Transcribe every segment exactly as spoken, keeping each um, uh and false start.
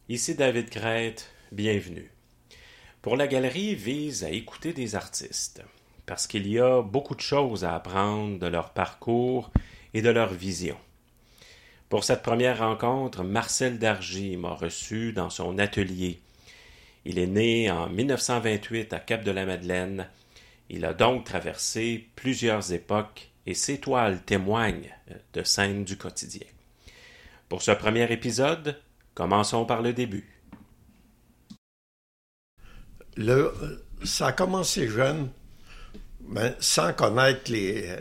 Ici David Crête, bienvenue. Pour la galerie vise à écouter des artistes, parce qu'il y a beaucoup de choses à apprendre de leur parcours et de leur vision. Pour cette première rencontre, Marcel Dargy m'a reçu dans son atelier. Il est né en mille neuf cent vingt-huit à Cap-de-la-Madeleine. Il a donc traversé plusieurs époques et ses toiles témoignent de scènes du quotidien. Pour ce premier épisode, commençons par le début. Le, ça a commencé jeune, mais sans connaître les,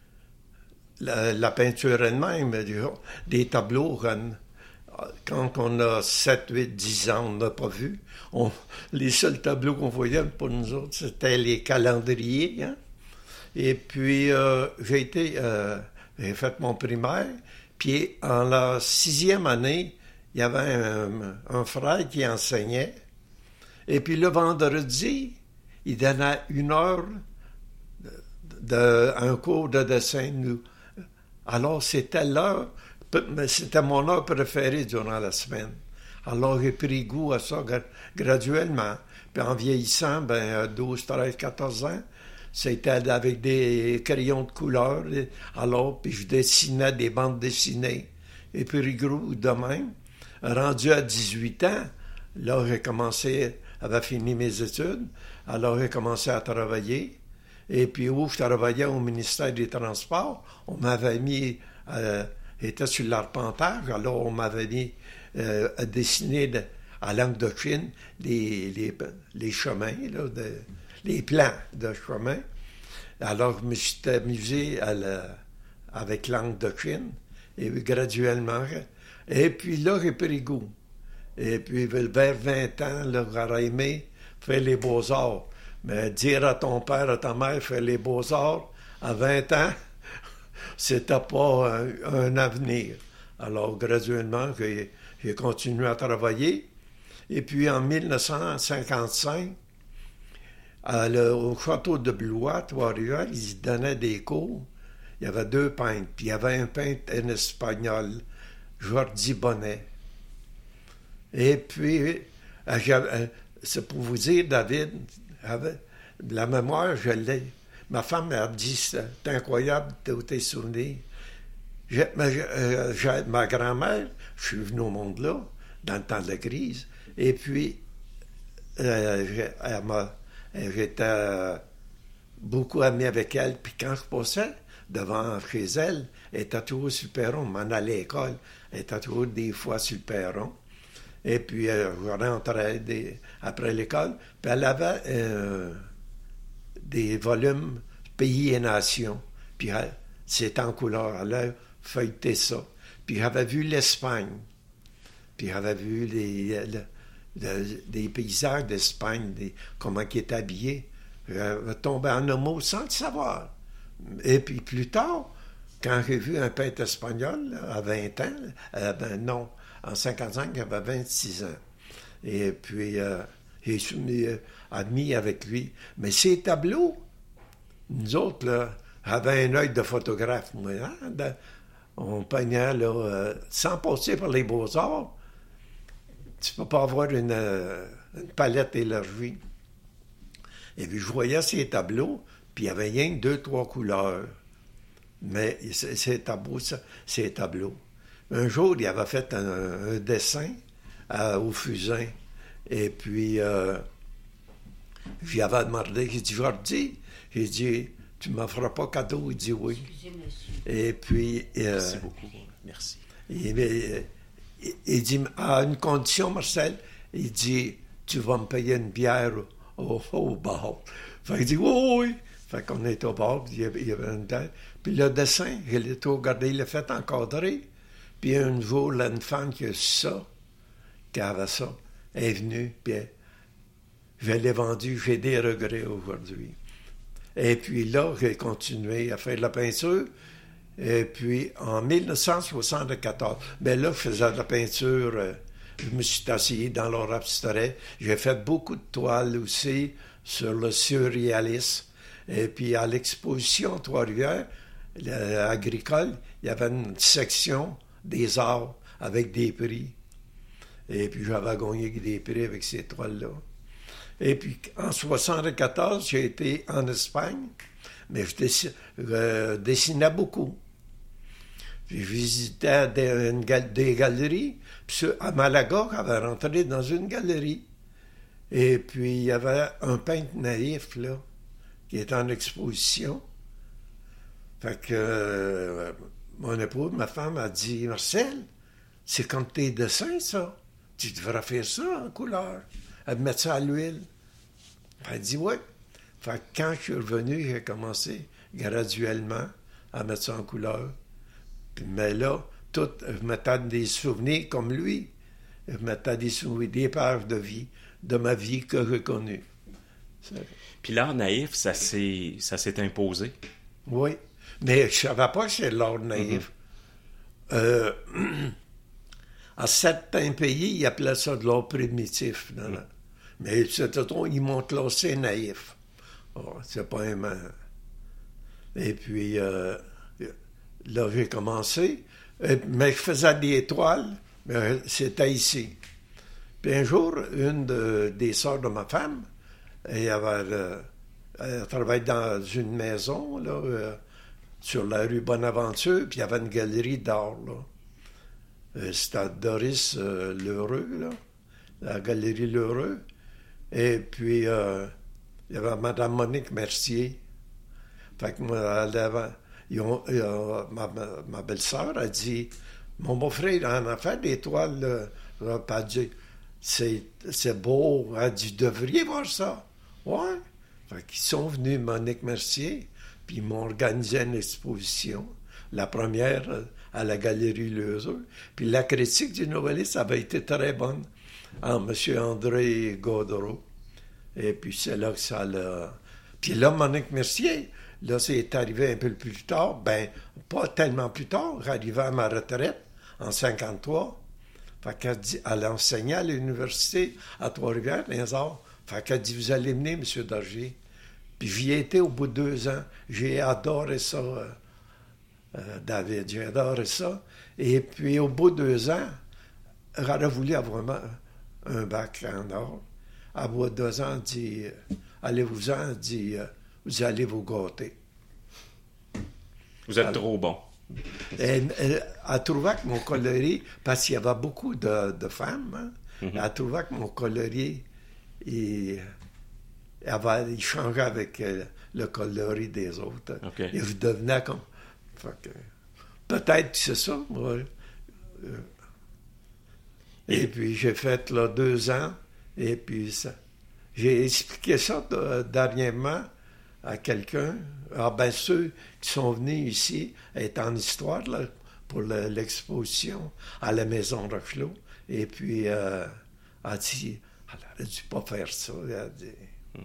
la, la peinture elle-même, des tableaux. Quand on a sept, huit, dix ans, on n'a pas vu. On, les seuls tableaux qu'on voyait pour nous autres, c'était les calendriers. Hein? Et puis, euh, j'ai été, euh, j'ai fait mon primaire, puis en la sixième année, il y avait un, un frère qui enseignait. Et puis le vendredi, il donnait une heure de, de, un cours de dessin. Nous. Alors c'était l'heure, c'était mon heure préférée durant la semaine. Alors j'ai pris goût à ça graduellement. Puis en vieillissant, ben, à douze, treize, quatorze ans, c'était avec des crayons de couleur. Alors, puis je dessinais des bandes dessinées. Et puis goût de même. Rendu à dix-huit ans, là, j'ai commencé, j'avais fini mes études, alors j'ai commencé à travailler. Et puis, où je travaillais au ministère des Transports, on m'avait mis, euh, j'étais sur l'arpentage, alors on m'avait mis euh, à dessiner de, à l'encre de Chine les, les, les chemins, là, de, les plans de chemin. Alors, je me suis amusé à la, avec l'encre de Chine, et graduellement, et puis là, j'ai pris goût. Et puis, vers vingt ans, là, j'aurais aimé faire les beaux-arts. Mais dire à ton père, à ta mère, faire les beaux-arts, à vingt ans, c'était pas un, un avenir. Alors, graduellement, j'ai, j'ai continué à travailler. Et puis, en mille neuf cent cinquante-cinq, à le, au château de Blois, Trois-Rivières, ils donnaient des cours. Il y avait deux peintres. Puis, il y avait un peintre, un espagnol, Jordi Bonnet. Et puis, c'est pour vous dire, David, la mémoire, je l'ai. Ma femme m'a dit, c'est incroyable de tes souvenirs. J'ai, ma, j'ai, ma grand-mère, je suis venu au monde là, dans le temps de la crise, et puis, euh, elle m'a, j'étais euh, beaucoup ami avec elle, puis quand je passais devant chez elle, elle était toujours sur le perron, on m'en allait à l'école, elle était toujours des fois sur le perron. Et puis, euh, je rentrais des, après l'école. Puis, elle avait euh, des volumes Pays et Nations. Puis, elle, c'était en couleur. Elle a feuilleté ça. Puis, j'avais vu l'Espagne. Puis, j'avais vu les, le, le, des paysages d'Espagne, des, comment ils étaient habillés. J'avais tombé en amour sans le savoir. Et puis, plus tard, quand j'ai vu un peintre espagnol, là, à vingt ans, euh, ben non, en cinquante-cinq, il avait vingt-six ans. Et puis, euh, j'ai suis euh, admis avec lui. Mais ces tableaux, nous autres, là, avaient un œil de photographe. Moi, hein, de, on peignait, là, euh, sans passer par les beaux-arts. Tu peux pas avoir une, euh, une palette élargie. Et puis, je voyais ces tableaux, puis il y avait rien que deux, trois couleurs. Mais c'est, c'est tableau, ça, ces tableaux. Un jour, il avait fait un, un dessin à, au fusain. Et puis, euh, j'y avais demandé, j'ai dit, Jordi, j'ai dit, tu ne me feras pas cadeau? Il dit oui. Et puis... Euh, Merci beaucoup. Merci. Il, il, il dit, à une condition, Marcel, il dit, tu vas me payer une bière au, au, au bar. Fait qu'il dit, oui, oui. Fait qu'on est au bar, il y avait, il y avait une bière. Puis le dessin, je l'ai tout regardé, il l'a fait encadrer. Puis un jour, là, une femme qui a ça, qui avait ça, est venue, puis elle, je l'ai vendu, j'ai des regrets aujourd'hui. Et puis là, j'ai continué à faire de la peinture. Et puis, en mille neuf cent soixante-quatorze, bien là, je faisais de la peinture, euh, je me suis assis dans l'art abstrait. J'ai fait beaucoup de toiles aussi sur le surréalisme. Et puis, à l'exposition Trois-Rivières, agricole, il y avait une section des arts avec des prix. Et puis, j'avais gagné des prix avec ces toiles-là. Et puis, en soixante-quatorze, j'ai été en Espagne, mais je dessinais, euh, dessinais beaucoup. Puis, je visitais des, une, des galeries. Puis, à Malaga, j'avais rentré dans une galerie. Et puis, il y avait un peintre naïf, là, qui était en exposition. Fait que euh, mon épouse, ma femme, a dit « Marcel, c'est comme tes dessins, ça. Tu devrais faire ça en couleur. Elle mettre ça à l'huile. » Elle dit « Oui. » Fait que quand je suis revenu, j'ai commencé graduellement à mettre ça en couleur. Puis, mais là, tout, je mettais des souvenirs comme lui. Je mettais des souvenirs, des pages de vie, de ma vie que j'ai connue. Puis l'art naïf, ça s'est, ça s'est imposé. Oui. Mais je ne savais pas que c'est l'art naïf. Mm-hmm. euh, à certains pays, ils appelaient ça de l'art primitif. Mm-hmm. Mais c'est ils m'ont classé naïf. Oh, c'est pas un... Et puis, euh, là, j'ai commencé. Et, mais je faisais des toiles, mais c'était ici. Puis un jour, une de, des sœurs de ma femme, elle, avait, euh, elle travaillait dans une maison, là, euh, sur la rue Bonaventure, puis il y avait une galerie d'art, là. Euh, c'était Doris euh, Lheureux, là, la galerie Lheureux. Et puis, euh, il y avait Mme Monique Mercier. Fait que moi, elle avait, ils ont, euh, ma, ma, ma belle-sœur a dit, mon beau-frère en a fait des toiles, là. Puis elle dit, c'est, c'est beau. Elle dit, vous devriez voir ça. Ouais. Fait qu'ils sont venus, Monique Mercier, puis ils m'ont organisé une exposition, la première à la Galerie Lheureux. Puis la critique du novelliste avait été très bonne, en M. André Gaudreau. Et puis c'est là que ça l'a... Puis là, Monique Mercier, là, c'est arrivé un peu plus tard, ben pas tellement plus tard, j'arrivais à ma retraite en cinquante-trois. Fait qu'elle dit, elle enseignait à l'université à Trois-Rivières, dans les arts. Fait qu'elle dit, vous allez venir, M. Dargy. Puis j'y ai été au bout de deux ans. J'ai adoré ça, euh, euh, David. J'ai adoré ça. Et puis au bout de deux ans, j'aurais voulu avoir un, un bac en or. À bout de deux ans, elle dit, allez-vous-en, elle dit, euh, vous allez vous gâter. Vous êtes elle, trop bon. Elle, elle, elle trouvait que mon coloris, parce qu'il y avait beaucoup de, de femmes, hein, mm-hmm. Elle trouvait que mon coloris, il, avait, il changeait avec euh, le coloris des autres. Okay. Il redevenait comme... Que, peut-être que c'est ça, moi. Euh, et, et puis j'ai fait là deux ans, et puis ça, j'ai expliqué ça de, dernièrement à quelqu'un. Ah ben ceux qui sont venus ici être en histoire là, pour le, l'exposition à la Maison Rochelot. Et puis euh, elle a dit, elle n'aurait dû pas faire ça. Elle a dit...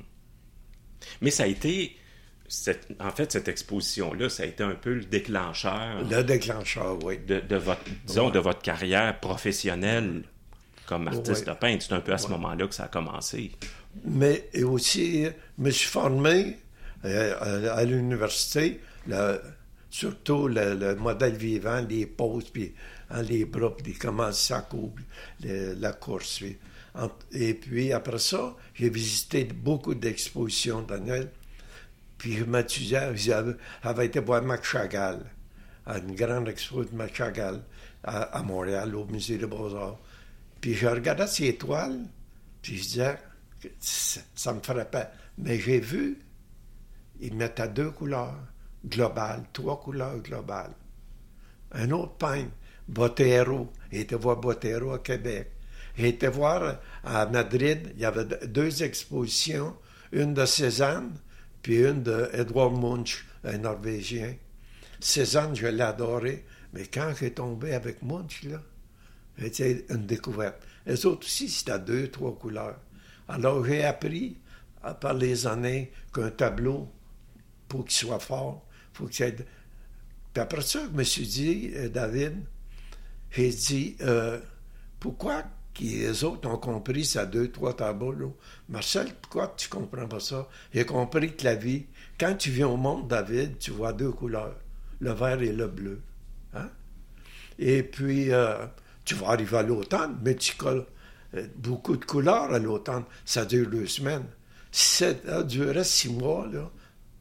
Mais ça a été, cette, en fait, cette exposition-là, ça a été un peu le déclencheur. Le déclencheur, oui. De, de votre, disons, ouais. de votre carrière professionnelle comme artiste ouais. de peintre. C'est un peu à ce ouais. moment-là que ça a commencé. Mais aussi, je me suis formé euh, à l'université, le, surtout le, le modèle vivant, les poses, puis hein, les bras, puis comment ça coupe, le, la course. Puis, en, et puis après ça, j'ai visité beaucoup d'expositions, Daniel. Puis je m'étudiais, j'avais, j'avais été voir Max Chagall, à une grande expo de Max Chagall à, à Montréal, au Musée des Beaux-Arts. Puis je regardais ces toiles, puis je disais, ça, ça me frappait. Mais j'ai vu, ils mettaient deux couleurs globales, trois couleurs globales. Un autre peintre, Botero, j'ai été voir Botero à Québec. J'ai été voir à Madrid, il y avait deux expositions, une de Cézanne, puis une de Edvard Munch, un Norvégien. Cézanne, je l'ai adoré, mais quand j'ai tombé avec Munch, là, c'était une découverte. Les autres aussi, c'était deux, trois couleurs. Alors, j'ai appris, par les années, qu'un tableau, pour qu'il soit fort, il faut qu'il y ait... Puis après ça, je me suis dit, David, j'ai dit, euh, pourquoi les autres ont compris ça, deux, trois tableaux, là? Marcel, pourquoi tu comprends pas ça? J'ai compris que la vie, quand tu viens au monde, David, tu vois deux couleurs, le vert et le bleu. Hein? Et puis, euh, tu vas arriver à l'automne, mais tu colles beaucoup de couleurs à l'automne. Ça dure deux semaines. Si ça durait six mois, là...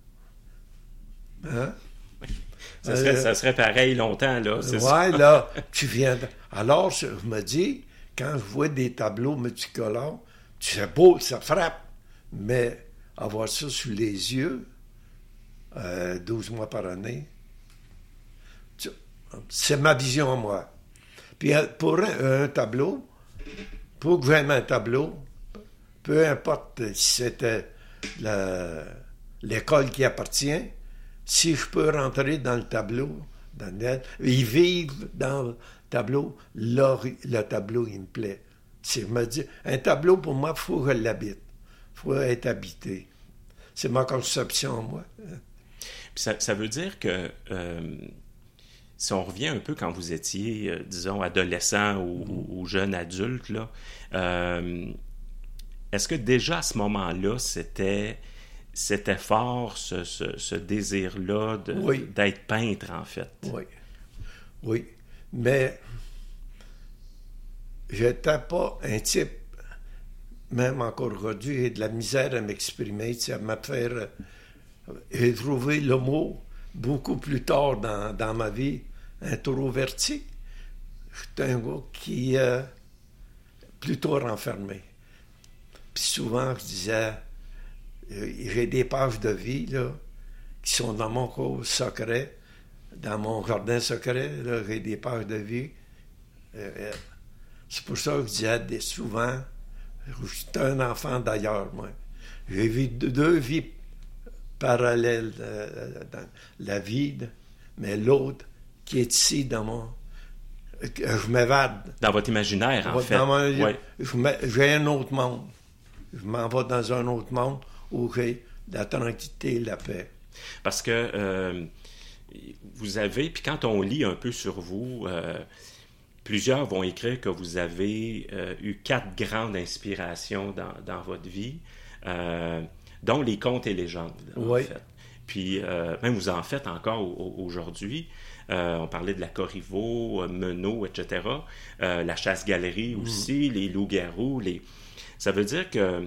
Hein? Ça serait, euh, ça serait pareil longtemps, là. C'est ouais, ça. Là, tu viens... De... Alors, je me dis, quand je vois des tableaux multicolores, c'est beau, ça frappe, mais avoir ça sous les yeux, euh, douze mois par année, tu... c'est ma vision à moi. Puis pour un, un tableau, pour que j'aime un tableau, peu importe si c'était la... l'école qui appartient, si je peux rentrer dans le tableau, dans le... ils vivent dans le tableau, là, le tableau, il me plaît. C'est, me dit, un tableau, pour moi, il faut que je l'habite. Il faut être habité. C'est ma conception, moi. Puis ça, ça veut dire que, euh, si on revient un peu quand vous étiez, euh, disons, adolescent ou, mm. ou, ou jeune adulte, là, euh, est-ce que déjà à ce moment-là, c'était... C'était fort, ce, ce, ce désir-là de, oui. d'être peintre, en fait. Oui. Oui. Mais j'étais pas un type, même encore aujourd'hui, j'ai de la misère à m'exprimer, à me faire... J'ai trouvé le mot beaucoup plus tard dans, dans ma vie, introverti. J'étais un gars qui est euh, plutôt renfermé. Puis souvent, je disais... J'ai des pages de vie là, qui sont dans mon cours secret, dans mon jardin secret. Là, j'ai des pages de vie. Euh, c'est pour ça que je disais souvent, je suis un enfant d'ailleurs, moi. J'ai vu deux vies parallèles euh, dans la vie, mais l'autre qui est ici dans mon... Je m'évade. Dans votre imaginaire, en fait. Mon, oui. je, j'ai un autre monde. Je m'en vais dans un autre monde où j'ai la tranquillité et la paix. Parce que euh, vous avez, puis quand on lit un peu sur vous, euh, plusieurs vont écrire que vous avez euh, eu quatre grandes inspirations dans, dans votre vie, euh, dont les contes et légendes, en oui. fait. Puis euh, même vous en faites encore au, aujourd'hui. Euh, on parlait de la Corriveau, Menot, et cetera. Euh, la chasse-galerie aussi, mmh. les loups-garous. Les... Ça veut dire que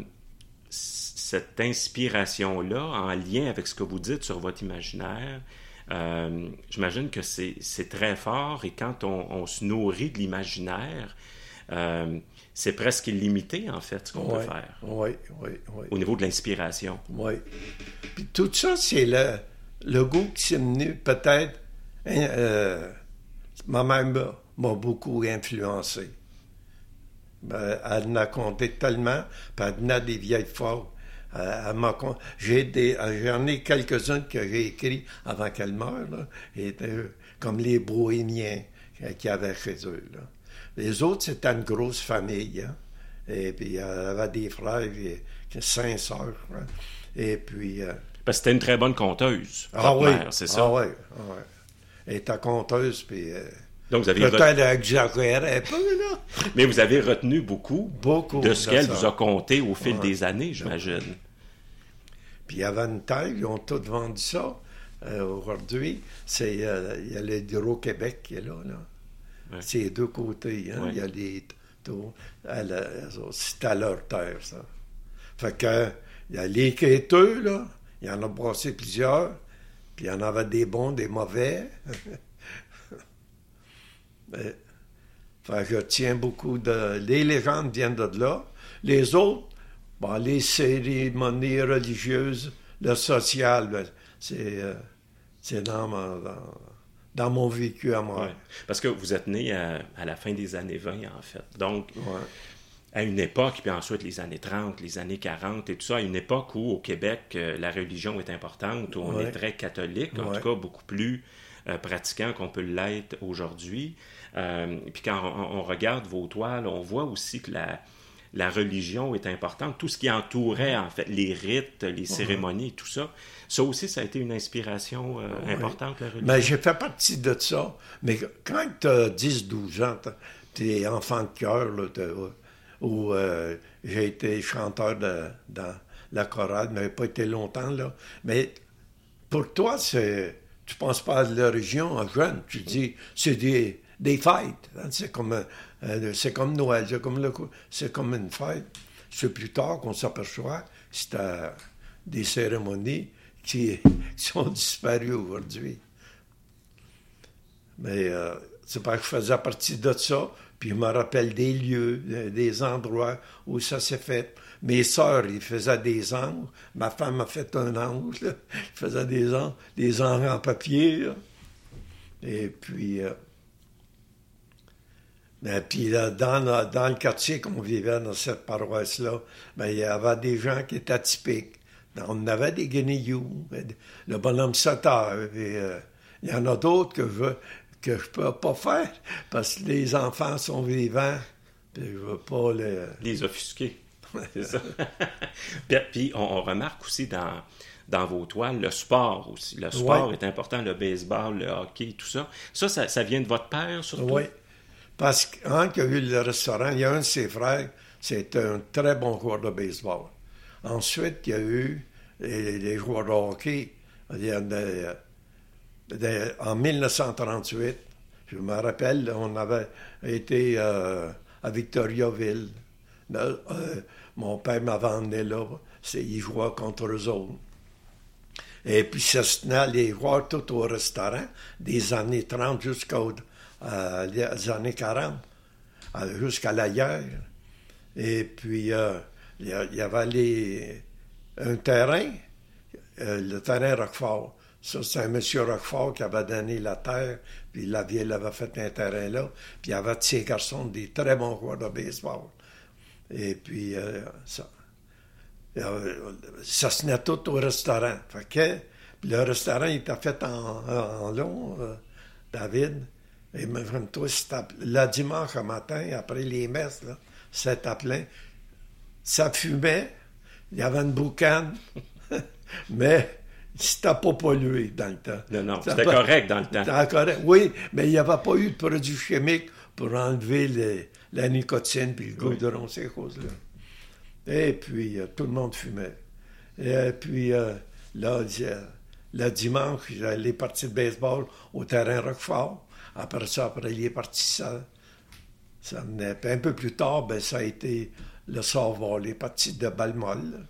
cette inspiration-là, en lien avec ce que vous dites sur votre imaginaire, euh, j'imagine que c'est, c'est très fort et quand on, on se nourrit de l'imaginaire, euh, c'est presque illimité, en fait, ce qu'on oui, peut faire. Oui, oui, oui. Au niveau de l'inspiration. Oui. Puis tout ça, c'est le, le goût qui s'est venu, peut-être, hein, euh, ma mère m'a, m'a beaucoup influencé. Ben, elle en a compté tellement, puis elle en a des vieilles phrases. Elle m'a, j'ai des, j'en ai quelques-unes que j'ai écrites avant qu'elle meure, là, et, euh, comme les bohémiens qu'il y avait chez eux. Là. Les autres, c'était une grosse famille. Hein, et puis, elle avait des frères, et cinq sœurs. Hein, et puis... Euh, Parce que c'était une très bonne conteuse, ah oui, mère, c'est ça? Ah oui, ah oui. Elle était conteuse, puis... Euh, Donc, vous avez peut-être re... exagéré un peu, là. Mais vous avez retenu beaucoup, beaucoup de ce qu'elle ça. vous a conté au fil ouais. des années, j'imagine. Puis il y avait une taille, ils ont tous vendu ça. Euh, aujourd'hui, c'est, euh, il y a l'Hydro-Québec qui est là. là. Ouais. C'est les deux côtés. Hein? Ouais. Il y a les tours. C'est à leur terre, ça. Fait que, il y a les quêteux, là. Il y en a brassé plusieurs. Puis il y en avait des bons, des mauvais. Mais, fait que je tiens beaucoup de... Les légendes viennent de là. Les autres, bon, les cérémonies religieuses, le social, ben, c'est, euh, c'est dans, ma, dans, dans mon vécu à moi. Ouais. Parce que vous êtes né à, à la fin des années vingt, en fait. Donc, ouais. à une époque, puis ensuite les années trente, les années quarante et tout ça, à une époque où, au Québec, euh, la religion est importante, où on ouais. est très catholique, en ouais. tout cas beaucoup plus euh, pratiquant qu'on peut l'être aujourd'hui. Euh, puis quand on, on regarde vos toiles, on voit aussi que la, la religion est importante. Tout ce qui entourait, en fait, les rites, les cérémonies, ouais. tout ça, ça aussi, ça a été une inspiration euh, ouais. importante, la religion. Mais j'ai fait partie de ça. Mais quand tu as dix douze ans, tu es enfant de cœur, là, où euh, j'ai été chanteur de, dans la chorale, mais pas été longtemps, là. Mais pour toi, c'est, tu penses pas à la religion en jeune. Tu dis, c'est des... des fêtes. Hein, c'est comme Euh, c'est comme Noël, c'est comme, le, c'est comme une fête. C'est plus tard qu'on s'aperçoit que c'était des cérémonies qui, qui sont disparues aujourd'hui. Mais euh, c'est parce que je faisais partie de ça, puis je me rappelle des lieux, des endroits où ça s'est fait. Mes sœurs, ils faisaient des angles. Ma femme a fait un angle. Là. Elle faisait des angles, des angles en papier. Là. Et puis... Euh, ben, puis là, dans, le, dans le quartier qu'on vivait, dans cette paroisse-là, ben, il y avait des gens qui étaient atypiques. On avait des guenilloux, le bonhomme sauteur. Et, euh, il y en a d'autres que je que je peux pas faire parce que les enfants sont vivants. Puis je veux pas les... Les offusquer. C'est ça. Puis on, on remarque aussi dans, dans vos toiles le sport aussi. Le sport ouais. est important, le baseball, le hockey, tout ça. Ça, ça, ça vient de votre père surtout? Oui. Parce que quand il y a eu le restaurant, il y a un de ses frères, c'était un très bon joueur de baseball. Ensuite, il y a eu les, les joueurs de hockey. Il y a des, des, en dix-neuf cent trente-huit, je me rappelle, on avait été euh, à Victoriaville. Euh, mon père m'avait emmené là. C'est, il jouait contre eux autres. Et puis, ça se tenait les joueurs tout au restaurant, des années trente jusqu'aux euh, les années quarante, euh, jusqu'à la guerre. Et puis, euh, il y avait les, un terrain, euh, le terrain Roquefort. Ça, c'est un monsieur Roquefort qui avait donné la terre, puis la ville avait fait un terrain là. Puis il y avait de ces garçons, des très bons joueurs de baseball. Et puis, euh, ça, euh, ça se tenait tout au restaurant. Fait que le restaurant il était fait en, en long, euh, David. Et même toi, le dimanche matin, après les messes, là, c'était plein. Ça fumait, il y avait une boucane, mais c'était pas pollué dans le temps. Non, non, c'était pas, correct dans le temps. C'était correct, oui, mais il n'y avait pas eu de produits chimiques pour enlever les, la nicotine puis le goudron, oui. Ces choses-là. Et puis, euh, tout le monde fumait. Et puis, euh, là, le dimanche, les parties de baseball au terrain Roquefort. Après ça, après, il est parti ça. Ça venait. Puis un peu plus tard, ben, ça a été le soir, les parties de balle molle.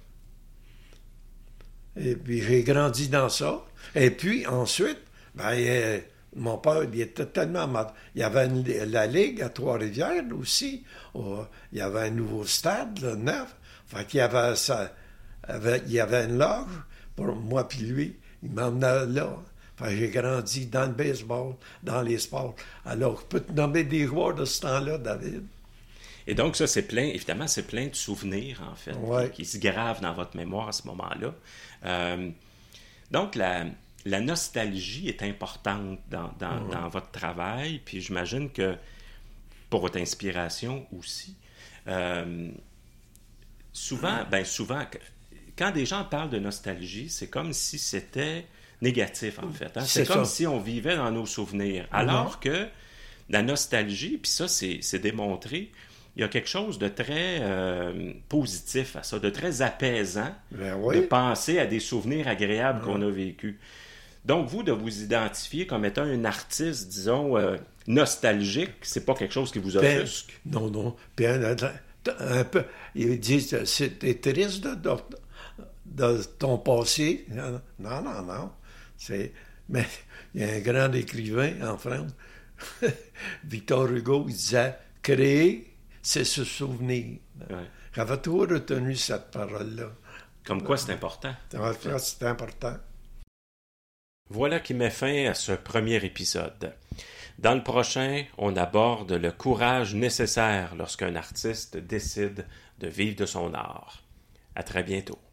Et puis, j'ai grandi dans ça. Et puis, ensuite, ben, euh, mon père, il était tellement... Mal. Il y avait une, la Ligue à Trois-Rivières aussi. Oh, il y avait un nouveau stade, là, neuf. Fait qu'il y avait, ça, avait, il y avait une loge pour moi puis lui. Il m'emmenait là. Fait que j'ai grandi dans le baseball, dans les sports. Alors, je peux te nommer des joueurs de ce temps-là, David. Et donc, ça, c'est plein, évidemment, c'est plein de souvenirs, en fait, ouais. qui, qui se gravent dans votre mémoire à ce moment-là. Euh, donc, la, la nostalgie est importante dans, dans, ouais. dans votre travail, puis j'imagine que pour votre inspiration aussi. Euh, souvent, ben souvent, quand des gens parlent de nostalgie, c'est comme si c'était négatif, en fait. Hein? C'est, c'est comme ça. Si on vivait dans nos souvenirs. Alors mm-hmm. que la nostalgie, puis ça, c'est, c'est démontré, il y a quelque chose de très euh, positif à ça, de très apaisant, ben oui. de penser à des souvenirs agréables mm-hmm. qu'on a vécus. Donc, vous, de vous identifier comme étant un artiste, disons, euh, nostalgique, c'est pas quelque chose qui vous offusque? Ben, non, non. Puis un, un peu, ils disent, c'était triste de, de, de ton passé. Non, non, non. C'est, mais il y a un grand écrivain en France, Victor Hugo, il disait « Créer, c'est se souvenir. Ouais. » J'avais toujours retenu cette parole-là. Comme quoi c'est important. Ouais, c'est important. Voilà qui met fin à ce premier épisode. Dans le prochain, on aborde le courage nécessaire lorsqu'un artiste décide de vivre de son art. À très bientôt.